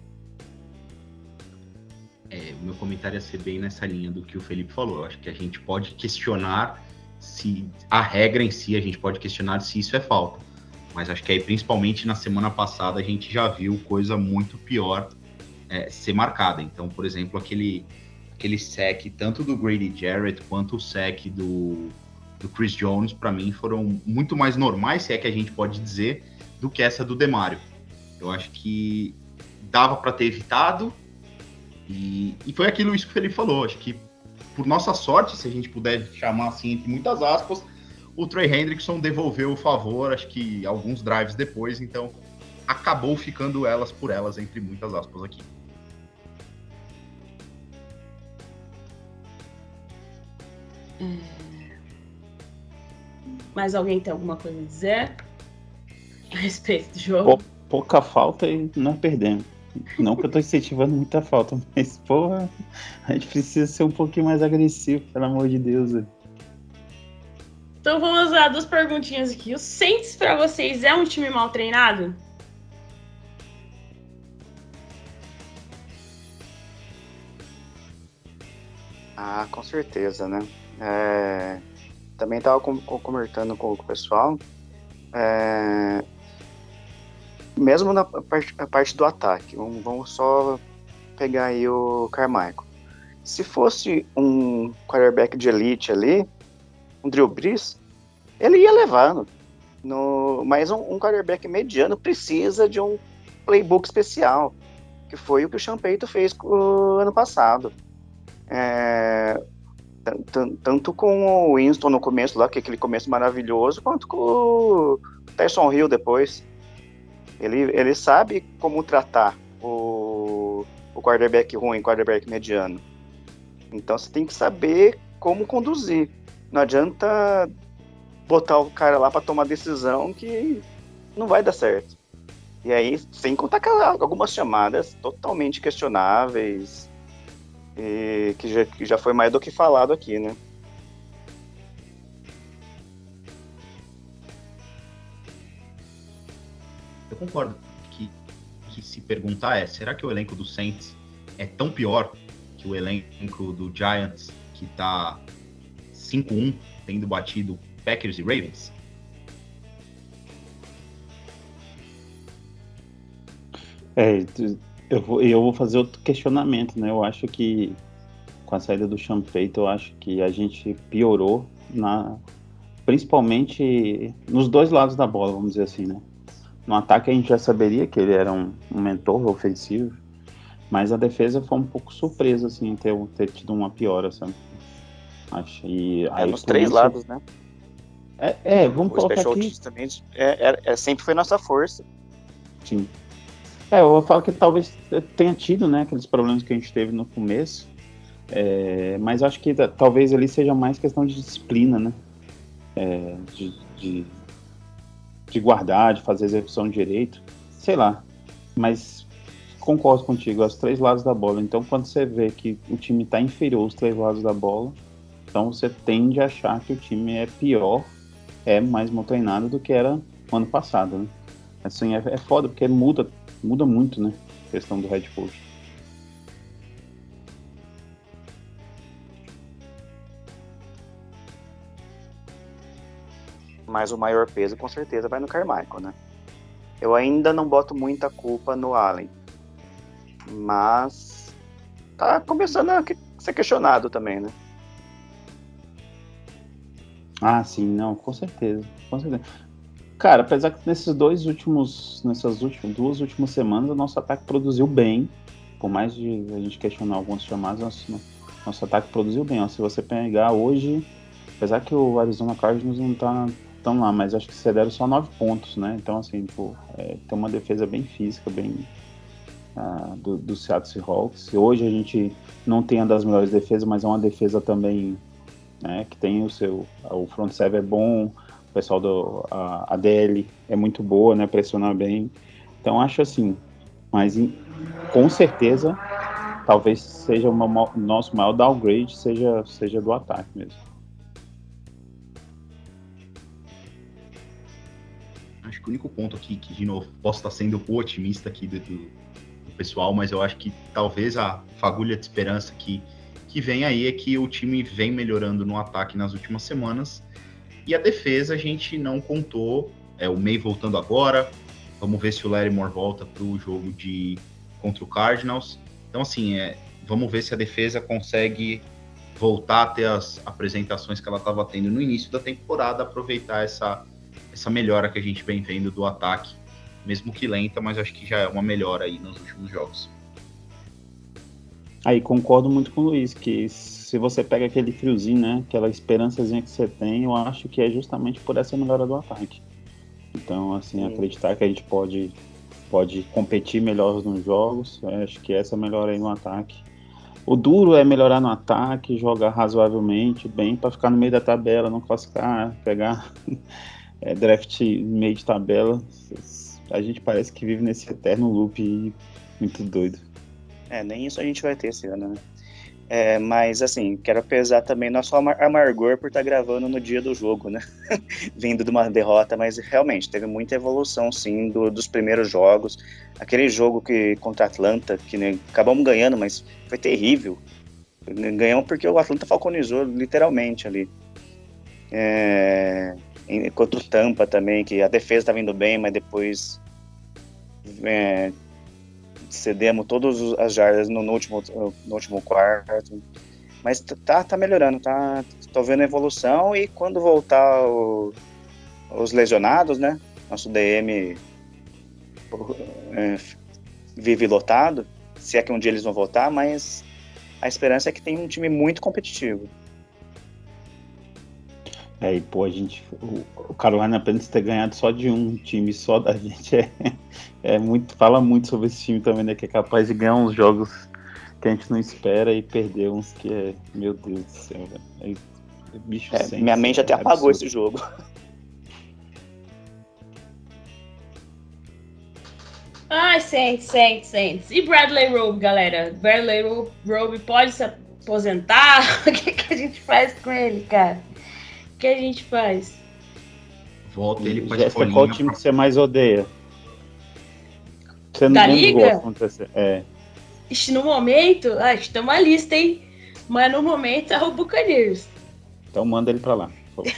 O meu comentário ia ser bem nessa linha do que o Felipe falou. Eu acho que a gente pode questionar se a regra em si, a gente pode questionar se isso é falta. Mas acho que aí, principalmente na semana passada, a gente já viu coisa muito pior ser marcada. Então, por exemplo, aquele sack, tanto do Grady Jarrett quanto o sack do Chris Jones, para mim, foram muito mais normais, se é que a gente pode dizer, do que essa do Demario. Eu acho que dava para ter evitado, e foi isso que o Felipe falou. Acho que, por nossa sorte, se a gente puder chamar assim, entre muitas aspas, o Trey Hendrickson devolveu o favor, acho que alguns drives depois, então acabou ficando elas por elas, entre muitas aspas aqui. Mais alguém tem alguma coisa a dizer a respeito do jogo? Pouca falta e nós perdemos. Não que eu tô incentivando muita falta, mas, porra, a gente precisa ser um pouquinho mais agressivo, pelo amor de Deus. Então vamos lá, 2 perguntinhas aqui. O Saints pra vocês é um time mal treinado? Ah, com certeza, né? Também estava conversando com o pessoal. Mesmo na parte do ataque, vamos só pegar aí o Carmichael. Se fosse um quarterback de elite ali, um Drew Brees, ele ia levando. Mas um quarterback mediano precisa de um playbook especial, que foi o que o Sean Payton fez ano passado. Tanto com o Winston no começo lá, que é aquele começo maravilhoso, quanto com o Tyson Hill depois. Ele sabe como tratar o quarterback ruim, quarterback mediano. Então você tem que saber como conduzir. Não adianta botar o cara lá para tomar decisão que não vai dar certo. E aí, sem contar algumas chamadas totalmente questionáveis, e que já foi mais do que falado aqui, né? Eu concordo que se perguntar será que o elenco do Saints é tão pior que o elenco do Giants, que tá 5-1, tendo batido Packers e Ravens? Eu vou fazer outro questionamento, né? Eu acho que com a saída do Sean Payton, eu acho que a gente piorou principalmente nos 2 lados da bola, vamos dizer assim, né? No ataque a gente já saberia que ele era um mentor ofensivo, mas a defesa foi um pouco surpresa, assim, ter tido uma piora, sabe? Acho. E aí, nos 3 lados, né? Vamos colocar aqui. Também sempre foi nossa força. Sim. Eu falo que talvez tenha tido, né, aqueles problemas que a gente teve no começo, mas acho que talvez ali seja mais questão de disciplina, né? De guardar, de fazer a execução direito, sei lá. Mas concordo contigo, os 3 lados da bola. Então, quando você vê que o time está inferior aos 3 lados da bola, então você tende a achar que o time é pior, mais mal treinado do que era no ano passado, né? Assim, é foda, porque muda muito, né? A questão do head coach. Mas o maior peso, com certeza, vai no Carmichael, né? Eu ainda não boto muita culpa no Allen. Mas tá começando a ser questionado também, né? Ah, sim, não, com certeza. Cara, apesar que nessas 2 últimas semanas, o nosso ataque produziu bem. Por mais de a gente questionar algumas chamadas, nosso ataque produziu bem. Ó, se você pegar hoje, apesar que o Arizona Cardinals não tá tão lá, mas acho que cederam só 9 pontos, né? Então, assim, tem uma defesa bem física, bem do Seattle Seahawks. E hoje a gente não tem uma das melhores defesas, mas é uma defesa também, né, que tem o front seven é bom, o pessoal a DL é muito boa, né, pressiona bem. Então acho assim, mas com certeza talvez seja o nosso maior downgrade seja do ataque mesmo. Acho que o único ponto aqui que, de novo, posso estar sendo o otimista aqui do pessoal, mas eu acho que talvez a fagulha de esperança que vem aí é que o time vem melhorando no ataque nas últimas semanas, e a defesa a gente não contou, o May voltando agora, vamos ver se o Lattimore volta para o jogo contra o Cardinals, então assim, vamos ver se a defesa consegue voltar a ter as apresentações que ela estava tendo no início da temporada, aproveitar essa melhora que a gente vem vendo do ataque, mesmo que lenta, mas acho que já é uma melhora aí nos últimos jogos. Aí concordo muito com o Luiz, que se você pega aquele friozinho, né, aquela esperançazinha que você tem, eu acho que é justamente por essa melhora do ataque. Então, assim, acreditar que a gente pode competir melhor nos jogos, acho que essa melhora aí no ataque. O duro é melhorar no ataque, jogar razoavelmente bem para ficar no meio da tabela, não classificar, pegar draft meio de tabela. A gente parece que vive nesse eterno loop muito doido. Nem isso a gente vai ter esse ano, né? Mas, assim, quero pesar também nosso amargor por estar gravando no dia do jogo, né? Vindo de uma derrota, mas realmente teve muita evolução, sim, dos primeiros jogos. Aquele jogo contra a Atlanta, que né, acabamos ganhando, mas foi terrível. Ganhamos porque o Atlanta falconizou, literalmente, ali. Contra o Tampa também, que a defesa estava indo bem, mas depois cedemos todas as jardas no último quarto. Mas tá melhorando, tô vendo a evolução, e quando voltar os lesionados, né? Nosso DM vive lotado, se é que um dia eles vão voltar, mas a esperança é que tem um time muito competitivo. E pô, o Carolina apenas ter ganhado só de um time só da gente fala muito sobre esse time também, né? Que é capaz de ganhar uns jogos que a gente não espera e perder uns que meu Deus do céu, velho. Bicho sem. Minha mente até apagou esse jogo. Ai, Saints. E Bradley Roby, galera? Bradley Roby pode se aposentar? O que a gente faz com ele, cara? O que a gente faz? Volta ele pra escolinha. Qual time que você mais odeia? Você da Liga? Acontecer. Ixi, no momento, acho que tem uma lista, hein? Mas no momento é o Buccaneers. Então manda ele pra lá.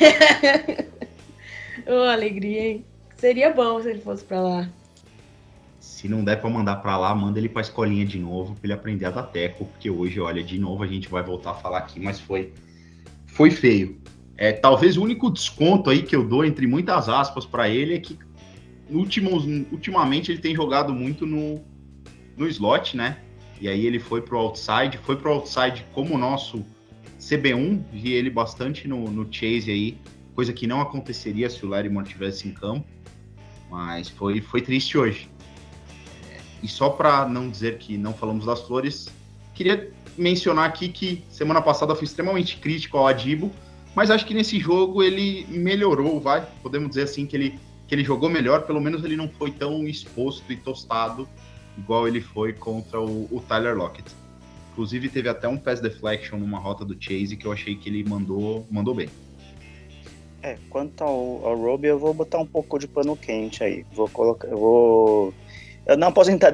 Ô, alegria, hein? Seria bom se ele fosse pra lá. Se não der pra mandar pra lá, manda ele pra escolinha de novo, pra ele aprender a dar teco, porque hoje, olha, de novo a gente vai voltar a falar aqui, mas foi feio. Talvez o único desconto aí que eu dou, entre muitas aspas, pra ele, é que ultimamente ele tem jogado muito no slot, né? E aí ele foi pro outside como o nosso CB1, vi ele bastante no chase aí, coisa que não aconteceria se o Lattimore estivesse em campo, mas foi triste hoje. E só para não dizer que não falamos das flores, queria mencionar aqui que semana passada eu fui extremamente crítico ao Adibo, mas acho que nesse jogo ele melhorou, podemos dizer assim que ele jogou melhor, pelo menos ele não foi tão exposto e tostado igual ele foi contra o Tyler Lockett. Inclusive teve até um pass deflection numa rota do Chase que eu achei que ele mandou bem. Quanto ao Roby, eu vou botar um pouco de pano quente aí. Eu não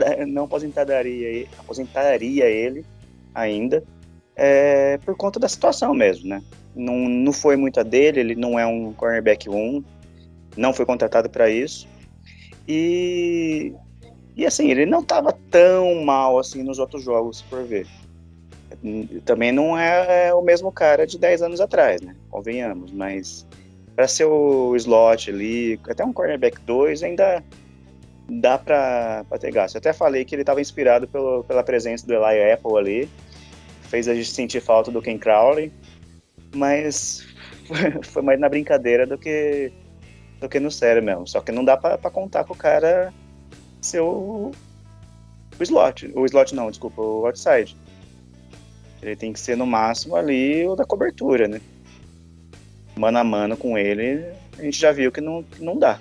aposentaria ele ainda, por conta da situação mesmo, né? Não foi muito a dele, ele não é um cornerback 1, não foi contratado para isso. E assim, ele não estava tão mal assim nos outros jogos, por ver. Também não é o mesmo cara de 10 anos atrás, né? Convenhamos, mas para ser o slot ali, até um cornerback 2, ainda dá para ter gasto. Eu até falei que ele estava inspirado pela presença do Eli Apple ali, fez a gente sentir falta do Ken Crowley, mas foi mais na brincadeira do que no sério mesmo. Só que não dá para contar com o cara ser o slot. O slot não, desculpa, o outside. Ele tem que ser no máximo ali o da cobertura, né? Mano a mano com ele, a gente já viu que não dá.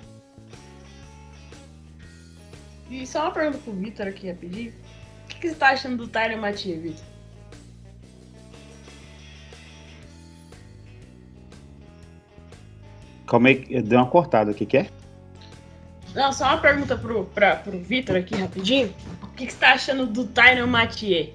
E só uma pergunta pro Vitor aqui, rapidinho. O que você tá achando do Tyler Mathieu, Vitor? Calma aí, deu uma cortada, o que é? Não, só uma pergunta pro Vitor aqui, rapidinho. O que você tá achando do Tyler Mathieu?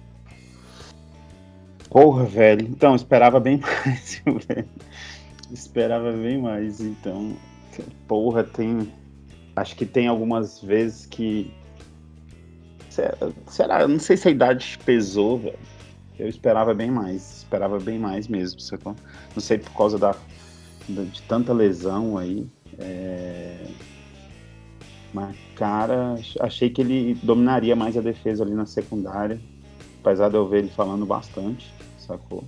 Porra, velho. Então, esperava bem mais, velho. Esperava bem mais, então... Porra, acho que tem algumas vezes que... Será? Eu não sei se a idade pesou, velho. Eu esperava bem mais mesmo. Não sei por causa de tanta lesão aí. Mas, cara, achei que ele dominaria mais a defesa ali na secundária. Apesar de eu ver ele falando bastante, sacou?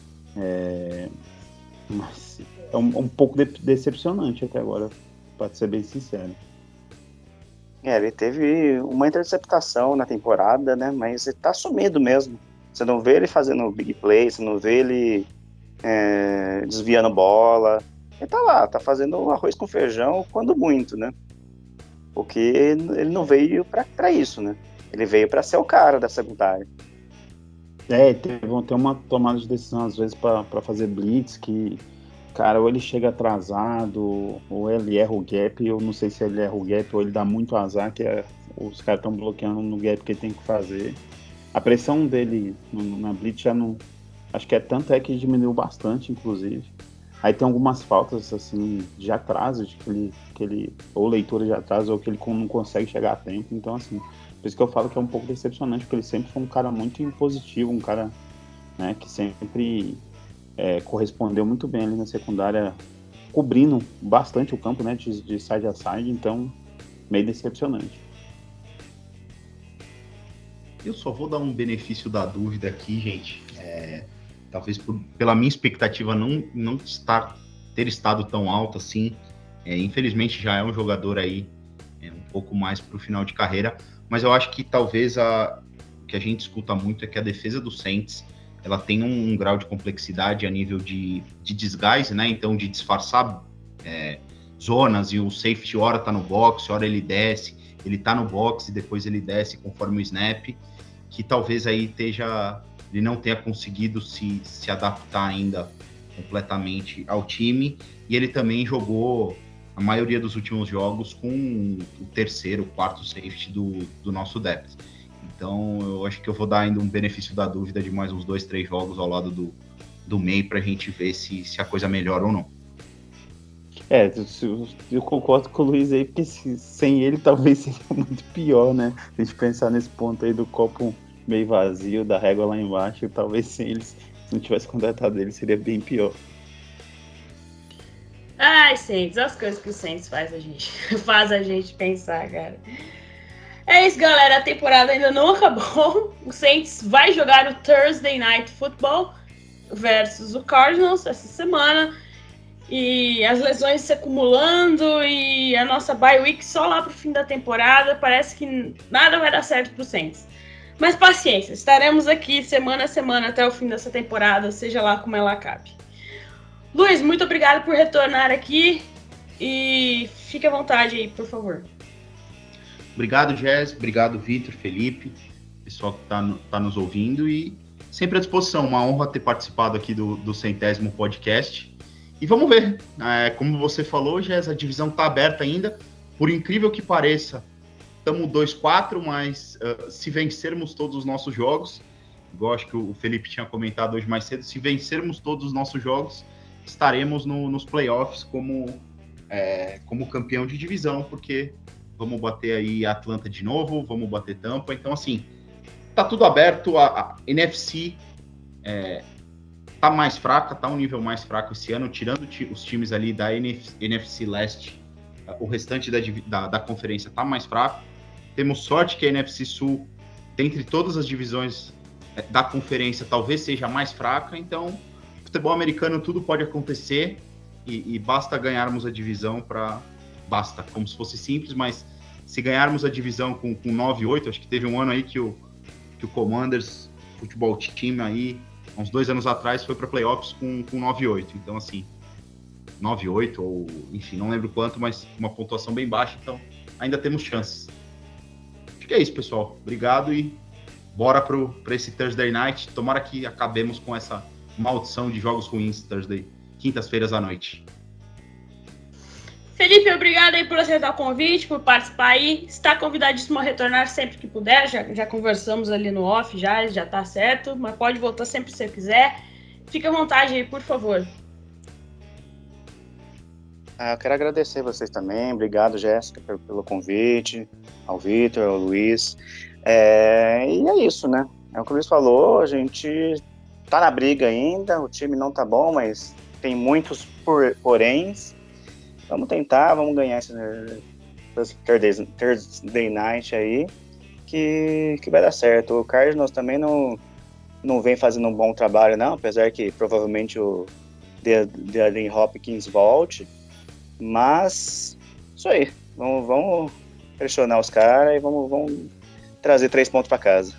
Mas é um pouco decepcionante até agora, pra ser bem sincero. Ele teve uma interceptação na temporada, né? Mas ele tá sumido mesmo. Você não vê ele fazendo big play, você não vê ele desviando bola. Ele tá lá, tá fazendo arroz com feijão, quando muito, né? Porque ele não veio pra isso, né? Ele veio pra ser o cara da secundária. Tem uma tomada de decisão às vezes para fazer blitz que, cara, ou ele chega atrasado, ou ele erra o gap. Eu não sei se ele erra o gap ou ele dá muito azar, os caras estão bloqueando no gap que ele tem que fazer. A pressão dele na blitz já não... Acho que tanto é que diminuiu bastante, inclusive. Aí tem algumas faltas, assim, de atraso, que ele ou leitura de atraso, ou que ele não consegue chegar a tempo. Então, assim, por isso que eu falo que é um pouco decepcionante, porque ele sempre foi um cara muito impositivo, um cara, né, que sempre correspondeu muito bem ali na secundária, cobrindo bastante o campo, né, de side a side. Então, meio decepcionante. Eu só vou dar um benefício da dúvida aqui, gente. Talvez pela minha expectativa não ter estado tão alto assim. Infelizmente já é um jogador aí um pouco mais para o final de carreira, mas eu acho que talvez o que a gente escuta muito é que a defesa do Saints ela tem um grau de complexidade a nível de disguise, né? Então de disfarçar zonas, e o safety hora tá no box, hora ele desce, ele tá no box e depois ele desce conforme o snap, que talvez aí ele não tenha conseguido se adaptar ainda completamente ao time, e ele também jogou a maioria dos últimos jogos com o terceiro, quarto safety do nosso depth. Então eu acho que eu vou dar ainda um benefício da dúvida de mais uns 2-3 jogos ao lado do May pra gente ver se a coisa melhora ou não. Eu concordo com o Luiz aí, porque sem ele talvez seria muito pior, né? Se a gente pensar nesse ponto aí do copo meio vazio, da régua lá embaixo, talvez sem eles, se não tivesse contratado ele, seria bem pior. Ai, Saints, as coisas que o Saints faz a gente pensar, cara. É isso, galera, a temporada ainda não acabou. O Saints vai jogar o Thursday Night Football versus o Cardinals essa semana. E as lesões se acumulando e a nossa bye week só lá pro fim da temporada. Parece que nada vai dar certo pro Saints. Mas paciência, estaremos aqui semana a semana até o fim dessa temporada, seja lá como ela acabe. Luiz, muito obrigado por retornar aqui e fique à vontade aí, por favor. Obrigado, Jess, obrigado, Vitor, Felipe, pessoal que tá nos ouvindo, e sempre à disposição. Uma honra ter participado aqui do 100º podcast. E vamos ver, como você falou, Jess, a divisão tá aberta ainda, por incrível que pareça. Estamos 2-4, mas se vencermos todos os nossos jogos, igual acho que o Felipe tinha comentado hoje mais cedo, se vencermos todos os nossos jogos, estaremos nos playoffs como campeão de divisão, porque vamos bater aí Atlanta de novo, vamos bater Tampa. Então, assim, tá tudo aberto. A NFC tá mais fraca, tá um nível mais fraco esse ano, tirando os times ali da NFC Leste, o restante da conferência tá mais fraco. Temos sorte que a NFC Sul, dentre todas as divisões da conferência, talvez seja a mais fraca. Então, futebol americano, tudo pode acontecer e basta ganharmos a divisão Basta, como se fosse simples, mas se ganharmos a divisão com 9-8, acho que teve um ano aí que o Commanders, futebol time aí, uns 2 anos atrás, foi para playoffs com 9-8. Então, assim, 9-8 ou, enfim, não lembro quanto, mas uma pontuação bem baixa, então ainda temos chances. Acho que é isso, pessoal. Obrigado e bora para esse Thursday Night. Tomara que acabemos com essa maldição de jogos ruins quintas-feiras à noite. Felipe, obrigado aí por aceitar o convite, por participar aí. Está convidadíssimo a retornar sempre que puder. Já conversamos ali no off, já tá certo. Mas pode voltar sempre que você quiser. Fique à vontade aí, por favor. Eu quero agradecer vocês também. Obrigado, Jéssica, pelo convite. Ao Vitor, ao Luiz. E é isso, né? É o que o Luiz falou. A gente tá na briga ainda. O time não tá bom, mas tem muitos poréns. Vamos tentar, vamos ganhar esse Thursday Night aí, que vai dar certo. O Cardinals também não vem fazendo um bom trabalho, não, apesar que provavelmente o DeAndre Hopkins volte. Mas, isso aí, vamos pressionar os caras e vamos trazer 3 pontos para casa.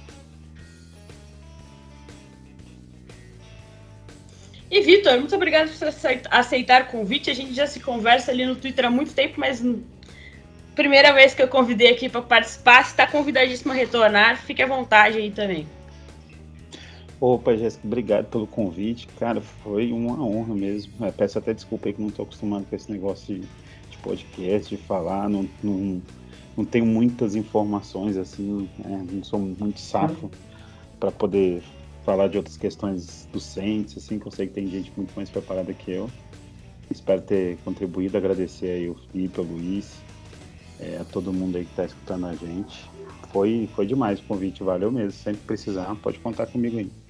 E, Vitor, muito obrigado por aceitar o convite. A gente já se conversa ali no Twitter há muito tempo, mas primeira vez que eu convidei aqui para participar, você está convidadíssimo a retornar. Fique à vontade aí também. Opa, Jéssica, obrigado pelo convite. Cara, foi uma honra mesmo. Peço até desculpa aí que não estou acostumado com esse negócio de podcast, de falar. Não tenho muitas informações, assim, não sou muito safo para poder falar de outras questões do Saints, assim, que eu sei que tem gente muito mais preparada que eu. Espero ter contribuído, agradecer aí o Felipe, ao Luiz, a todo mundo aí que está escutando a gente. Foi demais o convite, valeu mesmo. Sempre precisar, pode contar comigo aí.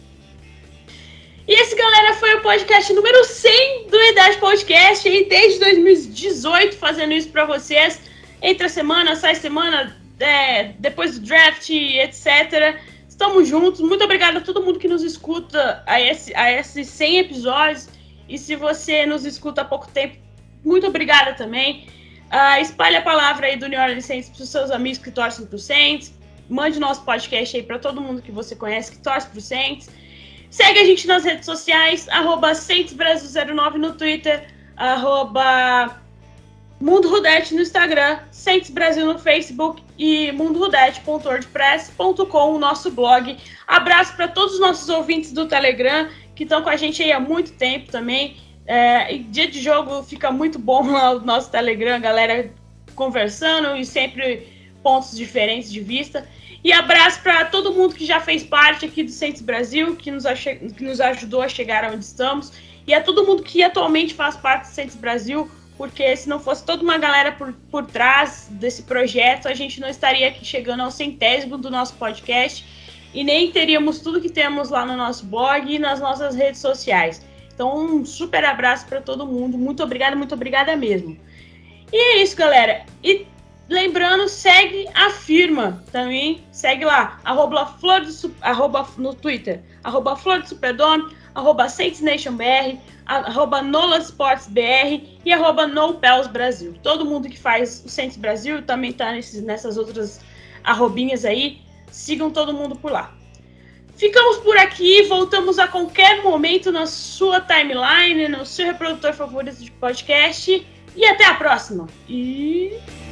E esse, galera, foi o podcast número 100 do Idade Podcast, aí desde 2018, fazendo isso para vocês, entre a semana, sai semana, depois do draft, etc. Estamos juntos, muito obrigado a todo mundo que nos escuta a esses 100 episódios, e se você nos escuta há pouco tempo, muito obrigada também. Espalhe a palavra aí do New Orleans Saints para os seus amigos que torcem para o Saints, mande nosso podcast aí para todo mundo que você conhece que torce para o Saints. Segue a gente nas redes sociais, @SaintsBrasil09 no Twitter, @MundoRudete no Instagram, Saints Brasil no Facebook e mundorudete.wordpress.com, o nosso blog. Abraço para todos os nossos ouvintes do Telegram, que estão com a gente aí há muito tempo também. E dia de jogo fica muito bom lá o nosso Telegram, galera conversando e sempre pontos diferentes de vista. E abraço para todo mundo que já fez parte aqui do Saints Brasil, que nos ajudou a chegar onde estamos, e a todo mundo que atualmente faz parte do Saints Brasil, porque se não fosse toda uma galera por trás desse projeto, a gente não estaria aqui chegando ao 100º do nosso podcast e nem teríamos tudo que temos lá no nosso blog e nas nossas redes sociais. Então, um super abraço para todo mundo. Muito obrigada mesmo. E é isso, galera. E lembrando, segue a firma também. Segue lá, no Twitter, @FlorDoSuperdome, @SaintsNationBR, @NolaSportsBR e @NoPelsBrasil. Todo mundo que faz o Saints Brasil também tá nessas outras arrobinhas aí. Sigam todo mundo por lá. Ficamos por aqui, voltamos a qualquer momento na sua timeline, no seu reprodutor favorito de podcast. E até a próxima.